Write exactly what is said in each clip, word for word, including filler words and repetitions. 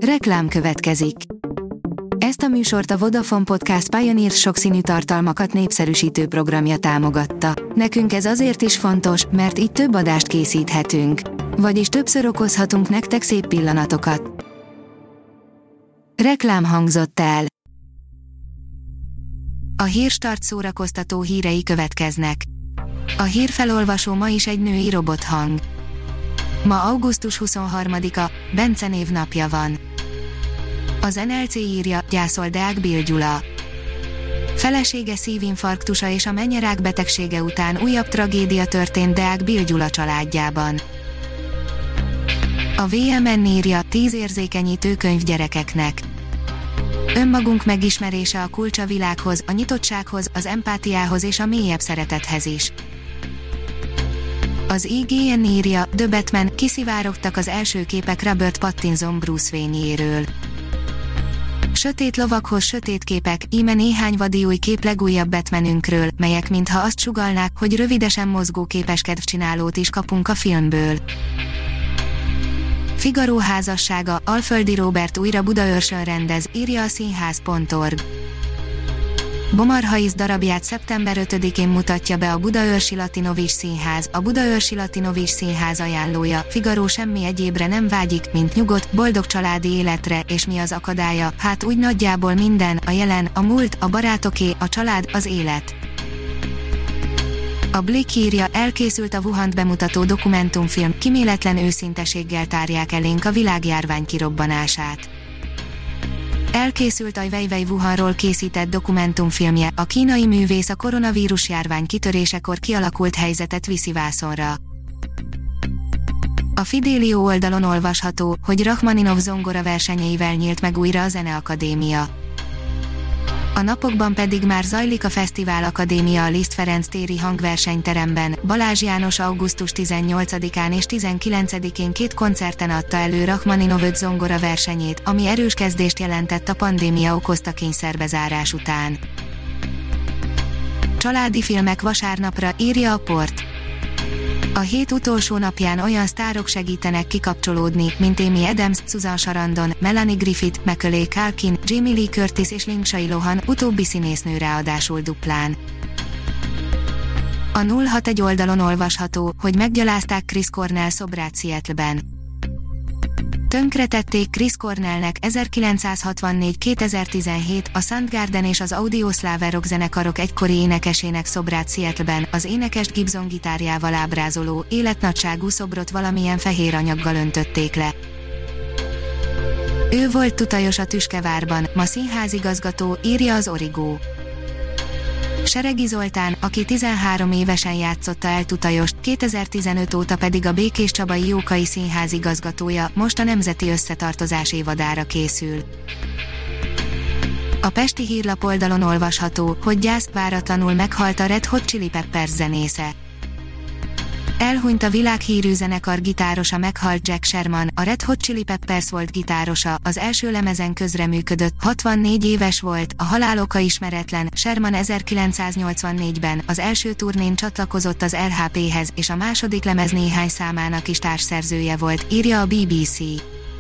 Reklám következik. Ezt a műsort a Vodafone Podcast Pioneer sokszínű tartalmakat népszerűsítő programja támogatta. Nekünk ez azért is fontos, mert így több adást készíthetünk. Vagyis többször okozhatunk nektek szép pillanatokat. Reklám hangzott el. A Hírstart szórakoztató hírei következnek. A hírfelolvasó ma is egy női robothang. Ma augusztus huszonharmadika, Bence névnapja van. Az en el cé írja, gyászol Deák Bill Gyula. Felesége szívinfarktusa és a mennyerák betegsége után újabb tragédia történt Deák Bill Gyula családjában. A vé em en írja, tíz érzékenyítő könyv gyerekeknek. Önmagunk megismerése a kulcs a világhoz, a nyitottsághoz, az empátiához és a mélyebb szeretethez is. Az i gé en írja, The Batman, kiszivárogtak az első képek Robert Pattinson Bruce Wayne-jéről. Sötét lovakhoz sötét képek, íme néhány vadi új kép legújabb Batmanünkről, melyek mintha azt sugallnák, hogy rövidesen mozgó képes kedvcsinálót is kapunk a filmből. Figaro házassága, Alföldi Róbert újra Budaörsön rendez, írja a színház pont org. Bomarhaisz darabját szeptember ötödikén mutatja be a Budaörsi Latinovis Színház, a Budaörsi Latinovis Színház ajánlója. Figaro semmi egyébre nem vágyik, mint nyugodt, boldog családi életre, és mi az akadálya, hát úgy nagyjából minden, a jelen, a múlt, a barátoké, a család, az élet. A Blick írja, elkészült a Wuhant bemutató dokumentumfilm, kíméletlen őszinteséggel tárják elénk a világjárvány kirobbanását. Elkészült a Weiwei Wuhanról készített dokumentumfilmje, a kínai művész a koronavírus járvány kitörésekor kialakult helyzetet viszi vászonra. A Fidelio oldalon olvasható, hogy Rachmaninov zongora versenyeivel nyílt meg újra a Zeneakadémia. A napokban pedig már zajlik a Fesztivál Akadémia a Liszt Ferenc téri hangversenyteremben. Balázs János augusztus tizennyolcadikán és tizenkilencedikén két koncerten adta elő Rachmaninov öt zongora versenyét, ami erős kezdést jelentett a pandémia okozta kényszerbezárás után. Családi filmek vasárnapra, írja a Port. A hét utolsó napján olyan sztárok segítenek kikapcsolódni, mint Amy Adams, Susan Sarandon, Melanie Griffith, Macaulay Culkin, Jamie Lee Curtis és Lindsay Lohan, utóbbi színésznő ráadásul duplán. A nulla hatvanegy oldalon olvasható, hogy meggyalázták Chris Cornell szobrát Seattle-ben. Tönkretették Chris Cornellnek ezerkilencszázhatvannégy-kétezer-tizenhét a Soundgarden és az Audioslave rock zenekarok egykori énekesének szobrát Seattle-ben, az énekest Gibson gitárjával ábrázoló, életnagyságú szobrot valamilyen fehér anyaggal öntötték le. Ő volt tutajos a Tüskevárban, ma színházigazgató, írja az Origo. Seregi Zoltán, aki tizenhárom évesen játszotta el Tutajost, kétezer-tizenöt óta pedig a Békés Csabai Jókai Színház igazgatója, most a Nemzeti Összetartozás évadára készül. A Pesti Hírlap oldalon olvasható, hogy gyász, váratlanul meghalt a Red Hot Chili Peppers zenésze. Elhunyt a világhírű zenekar gitárosa, meghalt Jack Sherman, a Red Hot Chili Peppers volt gitárosa, az első lemezen közreműködött, hatvannégy éves volt, a halál oka ismeretlen. Sherman ezerkilencszáznyolcvannégyben az első turnén csatlakozott az er há péhez, és a második lemez néhány számának is társszerzője volt, írja a bé bé cé.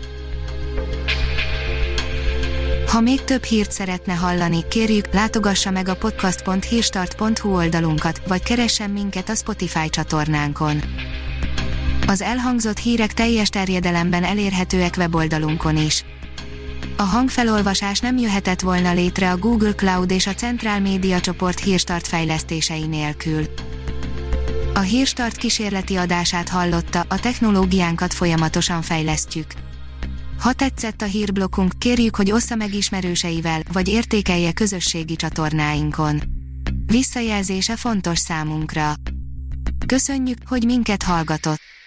Ha még több hírt szeretne hallani, kérjük, látogassa meg a podcast pont hírstart pont hu oldalunkat, vagy keressen minket a Spotify csatornánkon. Az elhangzott hírek teljes terjedelemben elérhetőek weboldalunkon is. A hangfelolvasás nem jöhetett volna létre a Google Cloud és a Centrál Média csoport Hírstart fejlesztései nélkül. A Hírstart kísérleti adását hallotta, a technológiánkat folyamatosan fejlesztjük. Ha tetszett a hírblokkunk, kérjük, hogy ossza meg ismerőseivel, vagy értékelje közösségi csatornáinkon. Visszajelzése fontos számunkra. Köszönjük, hogy minket hallgatott!